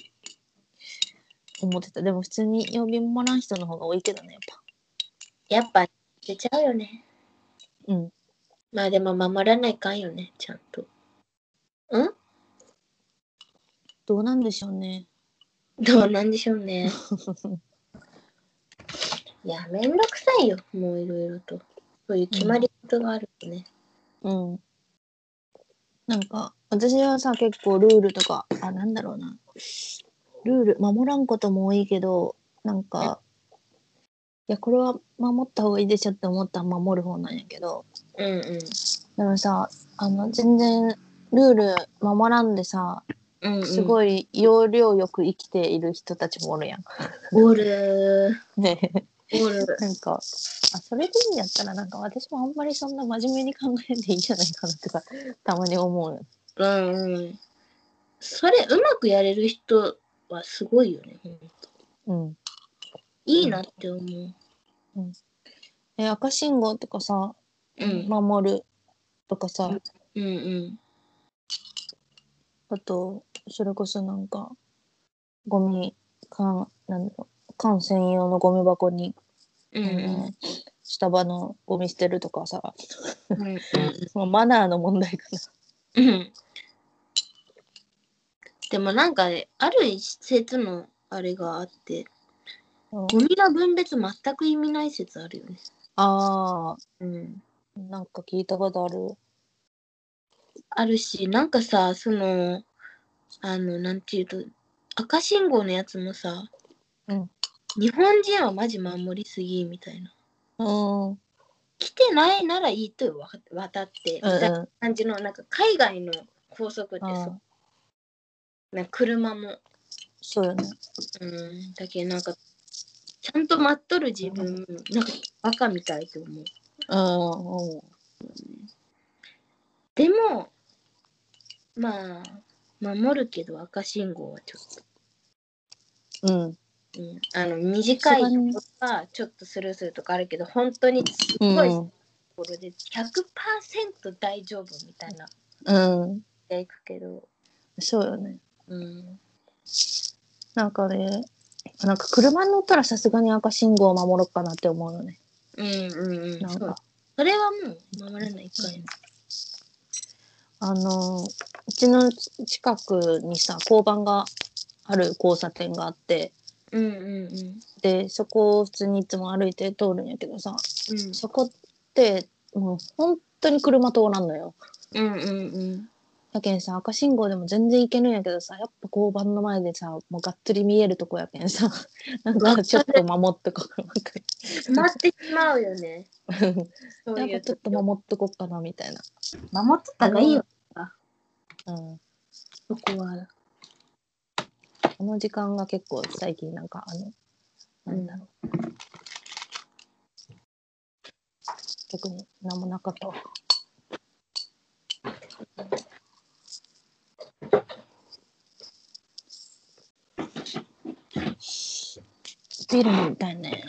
[SPEAKER 2] 思ってた。でも普通に曜日もらん人の方が多いけどね
[SPEAKER 1] やっぱ出ちゃうよね。まあでも守らないかんよねちゃんと。
[SPEAKER 2] どうなんでしょうね。
[SPEAKER 1] どうなんでしょうね。いやめんどくさいよもういろいろとそういう決まり事があるとね。
[SPEAKER 2] なんか私はさ結構ルールとかなんだろうなルール守らんことも多いけどなんかいやこれは守った方がいいでしょって思ったら守る方なんやけど、でもさ全然ルール守らんでさ、すごい要領よく生きている人たちもおるやん。
[SPEAKER 1] おる
[SPEAKER 2] ねなんかそれでいいんやったらなんか私もあんまりそんな真面目に考えんでいいんじゃないかなとかたまに思うよ。
[SPEAKER 1] それうまくやれる人はすごいよね。いいなって思う。
[SPEAKER 2] 赤信号とかさ、守るとかさ、あとそれこそなんかゴミ缶専用のゴミ箱に、スタバのゴミ捨てるとかさ、マナーの問題かな。
[SPEAKER 1] でもなんかねある施設のあれがあって、ゴミの分別全く意味ない説あるよね。
[SPEAKER 2] なんか聞いたことある。
[SPEAKER 1] あるし、なんかさ、なんていうと、赤信号のやつもさ、日本人はマジ守りすぎみたいな。来てないならいいとよ、渡って、みたいな感じの、なんか海外の高速ってそう。なんか車も。
[SPEAKER 2] そうよね。
[SPEAKER 1] だけどなんか、ちゃんと待っとる自分、なんかバカみたいと思う。でも、まあ、守るけど赤信号はちょっと。 短いとかちょっとスルーするとかあるけど、本当にすごいところで 100% 大丈夫みたいな。でいくけど。
[SPEAKER 2] そうよね。なんかね、なんか車に乗ったらさすがに赤信号を守ろうかなって思うのね。
[SPEAKER 1] なんかそれはもう守らないかい。
[SPEAKER 2] うちの近くにさ交番がある交差点があって、でそこを普通にいつも歩いて通るんやけどさ、そこってもう本当に車通らんのよ。やけんさ、赤信号でも全然行けるんやけどさ、やっぱ交番の前でさ、もうがっつり見えるとこやけんさ、なんかちょっと守っとこう。
[SPEAKER 1] 止まってしまうよね。
[SPEAKER 2] やっぱちょっと守っとこうかなみたいな。
[SPEAKER 1] 守っとった方がいいよ。
[SPEAKER 2] そこは。この時間が結構最近なんかなんだろう。特に何もなかったわ。ビール飲みたいね。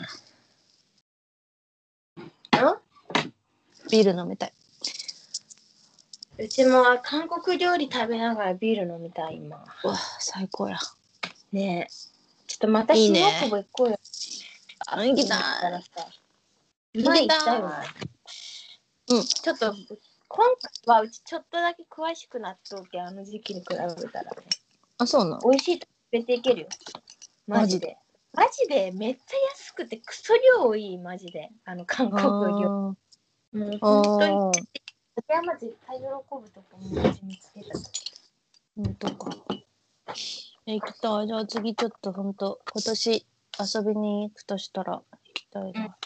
[SPEAKER 2] ビール飲みたい。
[SPEAKER 1] うちも韓国料理食べながらビール飲みたい今。
[SPEAKER 2] うわ、最高や。
[SPEAKER 1] ねえ。ちょっとまた新大久保行こうよ。
[SPEAKER 2] 行きたい。
[SPEAKER 1] 行きたいよね。ちょっと今回はうちちょっとだけ詳しくなっとけ、あの時期に比べたらね。
[SPEAKER 2] そうなの？
[SPEAKER 1] 美味しいと食べていけるよ。マジでめっちゃ安くてクソ量多い、マジで。韓国料理。もう本当に。山絶対喜ぶとこも見つけた。
[SPEAKER 2] 本当か。行きたい。じゃあ次ちょっと本当今年遊びに行くとしたら行きたいな。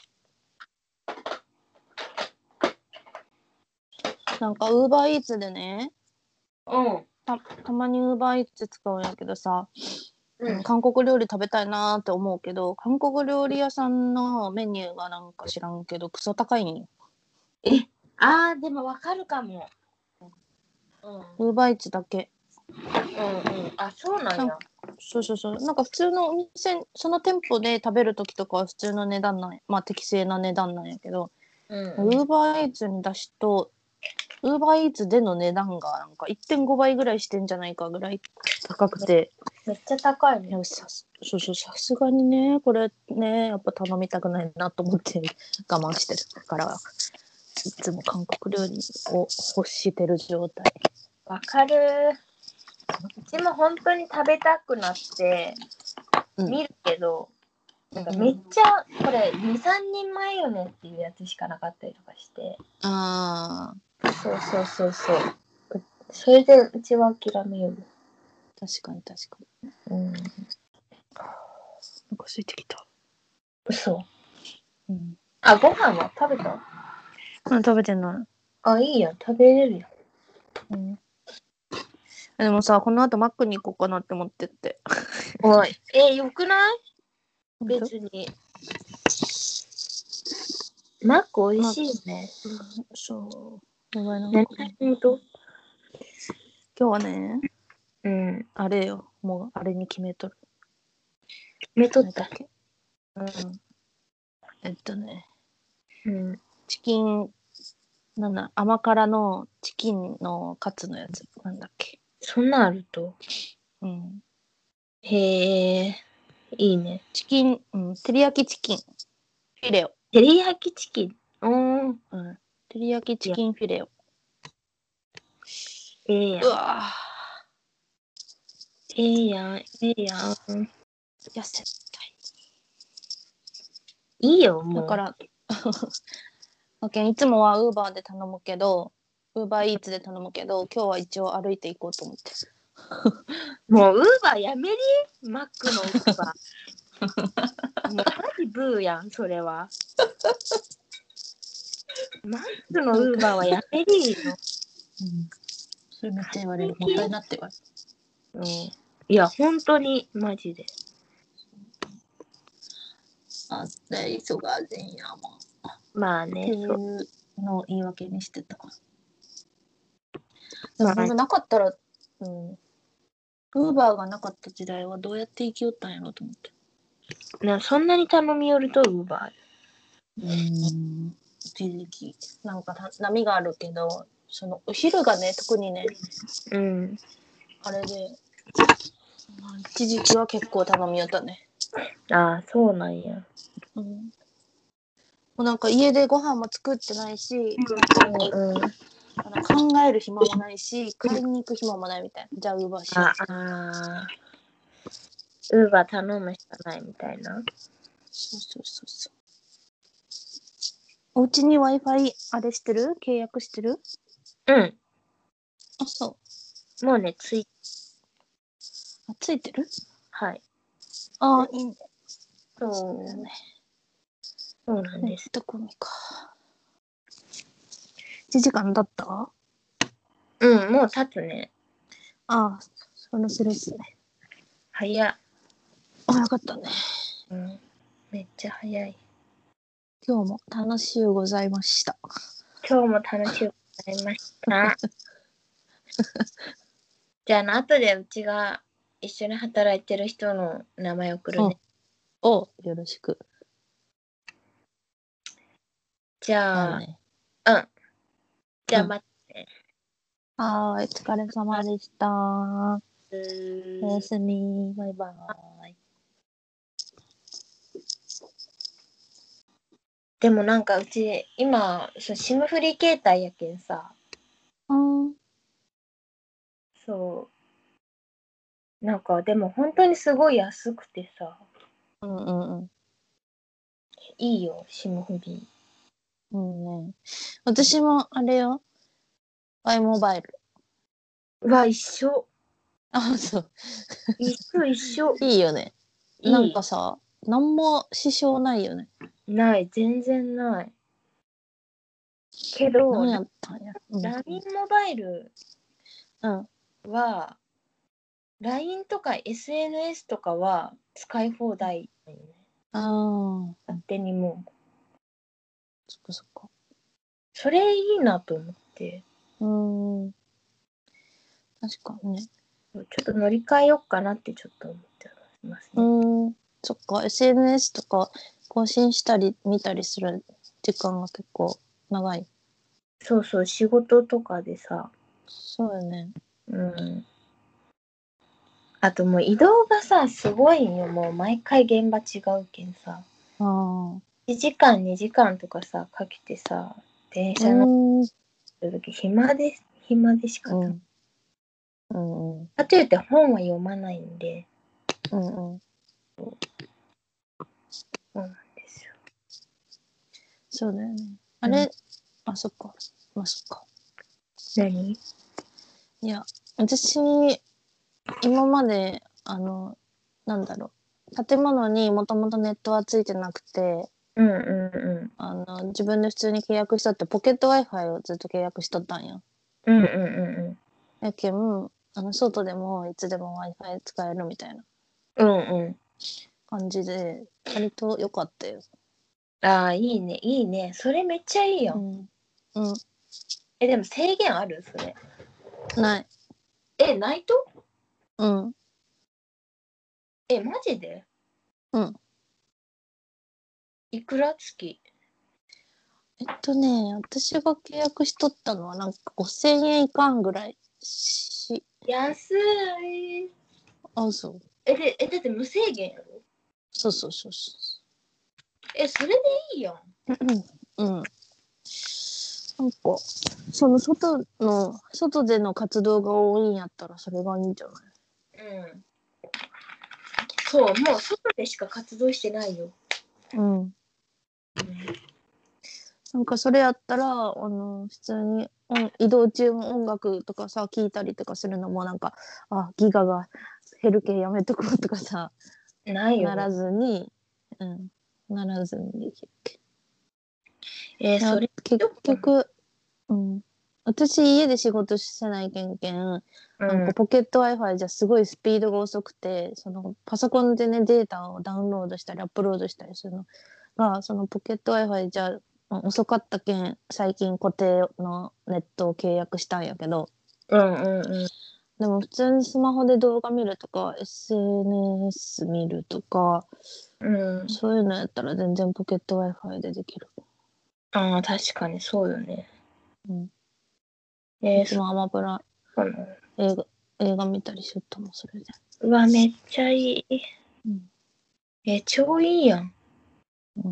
[SPEAKER 2] なんかウーバーイーツでね、たまにウーバーイーツ使うんやけどさ、韓国料理食べたいなって思うけど、韓国料理屋さんのメニューがなんか知らんけどクソ高いんよ。
[SPEAKER 1] でもわかるかも。
[SPEAKER 2] ウーバーイーツだけ。
[SPEAKER 1] そうなんや。
[SPEAKER 2] そう。なんか普通のお店、その店舗で食べるときとかは普通の値段なんや。まあ適正な値段なんやけど、ウーバーイーツに出すと、ウーバーイーツでの値段がなんか 1.5 倍ぐらいしてんじゃないかぐらい高くて。
[SPEAKER 1] めっちゃ高いね。
[SPEAKER 2] さすがにね、これね、やっぱ頼みたくないなと思って我慢してるから、いつも韓国料理を欲してる状態。
[SPEAKER 1] わかる。うちも本当に食べたくなって見るけど、なんかめっちゃこれ 2,3 人前よねっていうやつしかなかったりとかして。そう。それでうちは諦めよう。
[SPEAKER 2] 確かに。なんか空いてきた。
[SPEAKER 1] 嘘。ご飯は食べた？
[SPEAKER 2] 食べてない。
[SPEAKER 1] いいや、食べれるよ。
[SPEAKER 2] でもさ、この後マックに行こうかなって思ってって。
[SPEAKER 1] おい、よくない？別に。マック美味しいよね。
[SPEAKER 2] そう。今日はね、あれよ、もうあれに決めとる。
[SPEAKER 1] 決めとった？
[SPEAKER 2] チキン、甘辛のチキンのカツのやつ、なんだっけ。
[SPEAKER 1] そんなあると。へえ、いいね。
[SPEAKER 2] チキン、照り焼きチキン、フィレオ。
[SPEAKER 1] 照り焼きチキン。
[SPEAKER 2] 照り焼きチキンフィレオ。
[SPEAKER 1] うわ。ええやん。
[SPEAKER 2] 痩せたい。
[SPEAKER 1] いいよ、もう。
[SPEAKER 2] だから、いつもはウーバーで頼むけど、ウーバーイーツで頼むけど、今日は一応歩いていこうと思って。
[SPEAKER 1] もうウーバーやめり？マックのウーバー。もうマジブーやん、それは。マックのウーバーはやめりよ。
[SPEAKER 2] それめっちゃ言われる。もったいなって言われる。
[SPEAKER 1] いや、本当に、マジで。
[SPEAKER 2] 忙しいんやもん。
[SPEAKER 1] まあね。
[SPEAKER 2] っていうのを言い訳にしてた。でもなかったら、ウーバーがなかった時代はどうやって生きよったんやろうと思って。
[SPEAKER 1] そんなに頼みよるとウーバ
[SPEAKER 2] ー。一時期なんか波があるけど、そのお昼がね特にね、あれで一時期は結構頼みよったね。
[SPEAKER 1] ああ、そうなんや。
[SPEAKER 2] もうなんか家でご飯も作ってないし、考える暇もないし、買いに行く暇もないみたいな。じゃあウーバーしよう。
[SPEAKER 1] ウーバー頼むしかないみたいな。
[SPEAKER 2] そう。お家に Wi-Fi あれしてる？契約してる？
[SPEAKER 1] うん。
[SPEAKER 2] あ、そう。
[SPEAKER 1] もうね、つい
[SPEAKER 2] てる？
[SPEAKER 1] はい。
[SPEAKER 2] ああ、いいね。
[SPEAKER 1] そうね。そうなんです。
[SPEAKER 2] どこにか。1時間経った？
[SPEAKER 1] もう経つね。
[SPEAKER 2] ああ、そのするっすね。
[SPEAKER 1] 早っ。
[SPEAKER 2] 早かったね。
[SPEAKER 1] めっちゃ早い。
[SPEAKER 2] 今日も楽しゅうございました。
[SPEAKER 1] 今日も楽しゅうございました。じゃあ後でうちが一緒に働いてる人の名前送るね。
[SPEAKER 2] よろしく。
[SPEAKER 1] じゃあ、じゃあ待って。
[SPEAKER 2] はい、お疲れ様でした。おやすみ。バイバイ。
[SPEAKER 1] でもなんかうち今シムフリー携帯やけんさ。そうなんかでも本当にすごい安くてさ。いいよシムフリー。
[SPEAKER 2] 私もあれよ。Yモバイル。
[SPEAKER 1] 一緒。
[SPEAKER 2] あ、そう。
[SPEAKER 1] 一緒。
[SPEAKER 2] いいよね。なんかさ、なんも支障ないよね。
[SPEAKER 1] ない、全然ない。けど、
[SPEAKER 2] 何やったんや。
[SPEAKER 1] LINE モバイルは、LINE とか SNS とかは使い放題だよね。勝手にもう。
[SPEAKER 2] そっか。
[SPEAKER 1] それいいなと思って。
[SPEAKER 2] 確かにね。
[SPEAKER 1] ちょっと乗り換えようかなってちょっと思ってますね。
[SPEAKER 2] そっか、SNS とか更新したり見たりする時間が結構長い。
[SPEAKER 1] そうそう、仕事とかでさ。
[SPEAKER 2] そうよね。
[SPEAKER 1] あともう移動がさ、すごいよ。もう毎回現場違うけんさ。1時間、2時間とかさ、かけてさ、電車乗ってる時暇でしかない。かといって本は読まないんで。そうなんですよ。
[SPEAKER 2] そうだよね。あれ、そっか。そっか。
[SPEAKER 1] 何？
[SPEAKER 2] いや、私、今まで、建物にもともとネットはついてなくて、自分で普通に契約しとって、ポケット Wi-Fi をずっと契約しとったんや。やけん、外でもいつでも Wi-Fi 使えるみたいな感じで、割と良かったよ。
[SPEAKER 1] ああ、いいね、いいね。それめっちゃいいよ。でも制限ある？それ。
[SPEAKER 2] ない。
[SPEAKER 1] ないと？マジで？いくら月？
[SPEAKER 2] 私が契約しとったのはなんか5000円いかんぐらい
[SPEAKER 1] 安い。
[SPEAKER 2] そう。
[SPEAKER 1] だって無制限やろ？
[SPEAKER 2] そう。
[SPEAKER 1] それでいいやん。
[SPEAKER 2] なんか、その外での活動が多いんやったらそれがいいんじゃない？
[SPEAKER 1] そう、もう外でしか活動してないよ。
[SPEAKER 2] なんかそれやったら、普通に移動中も音楽とかさ、聴いたりとかするのもなんか、ギガが減るけやめとこうとかさ、
[SPEAKER 1] ないよ。
[SPEAKER 2] ならずにできるけ。
[SPEAKER 1] それ
[SPEAKER 2] 結局、私家で仕事してないけん、なんかポケット Wi-Fi じゃすごいスピードが遅くて、そのパソコンでね、データをダウンロードしたりアップロードしたりするのが、そのポケット Wi-Fi じゃ遅かったけん、最近固定のネットを契約したんやけど、でも普通にスマホで動画見るとか、SNS 見るとか、
[SPEAKER 1] うん。
[SPEAKER 2] そういうのやったら全然ポケット Wi-Fi でできる。
[SPEAKER 1] ああ、確かにそうよね。
[SPEAKER 2] うん。
[SPEAKER 1] い
[SPEAKER 2] つもアマプラ映画見たりしよったもん、それで。
[SPEAKER 1] うわ、めっちゃいい。
[SPEAKER 2] うん、
[SPEAKER 1] 超いいやん。
[SPEAKER 2] うん。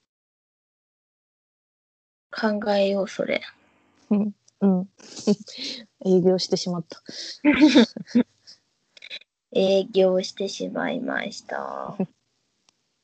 [SPEAKER 1] 考えよう、それ。
[SPEAKER 2] うん。うん。営業してしまった。
[SPEAKER 1] 営業してしまいました。